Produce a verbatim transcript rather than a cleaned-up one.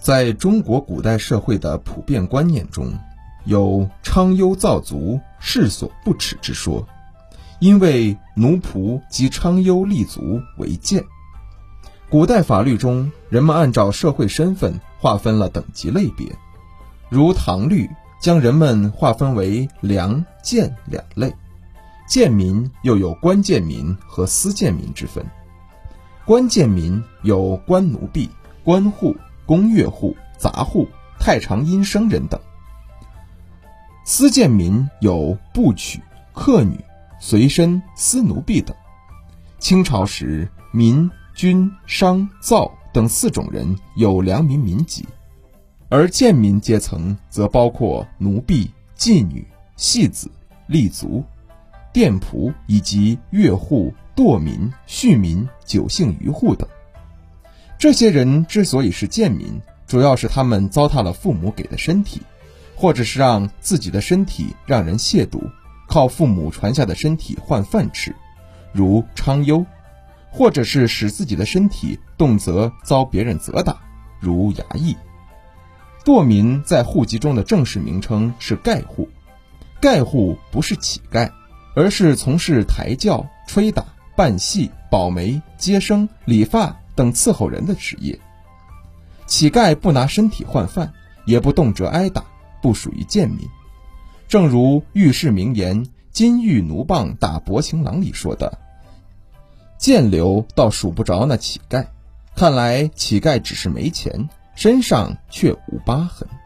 在中国古代社会的普遍观念中，有娼优造卒，世所不耻之说，因为奴仆及娼优立足为贱。古代法律中，人们按照社会身份划分了等级类别，如唐律将人们划分为良贱两类，贱民又有官贱民和私贱民之分。官贱民有官奴婢、官户、公乐户、杂户、太常阴生人等。私贱民有部曲、客女、随身、私奴婢等。清朝时，民、军、商、造等四种人有良民民籍，而贱民阶层则包括奴婢、妓女、戏子、吏卒、店仆以及乐户、堕民、恤民、酒性渔户等。这些人之所以是贱民，主要是他们糟蹋了父母给的身体，或者是让自己的身体让人亵渎，靠父母传下的身体换饭吃，如娼优；或者是使自己的身体动辄遭别人责打，如衙役。堕民在户籍中的正式名称是丐户，丐户不是乞丐，而是从事抬轿、吹打、办戏、保媒、接生、理发等伺候人的职业。乞丐不拿身体换饭，也不动辄挨打，不属于贱民。正如喻世名言金玉奴棒打薄情郎里说的，贱流倒数不着那乞丐，看来乞丐只是没钱，身上却无疤痕。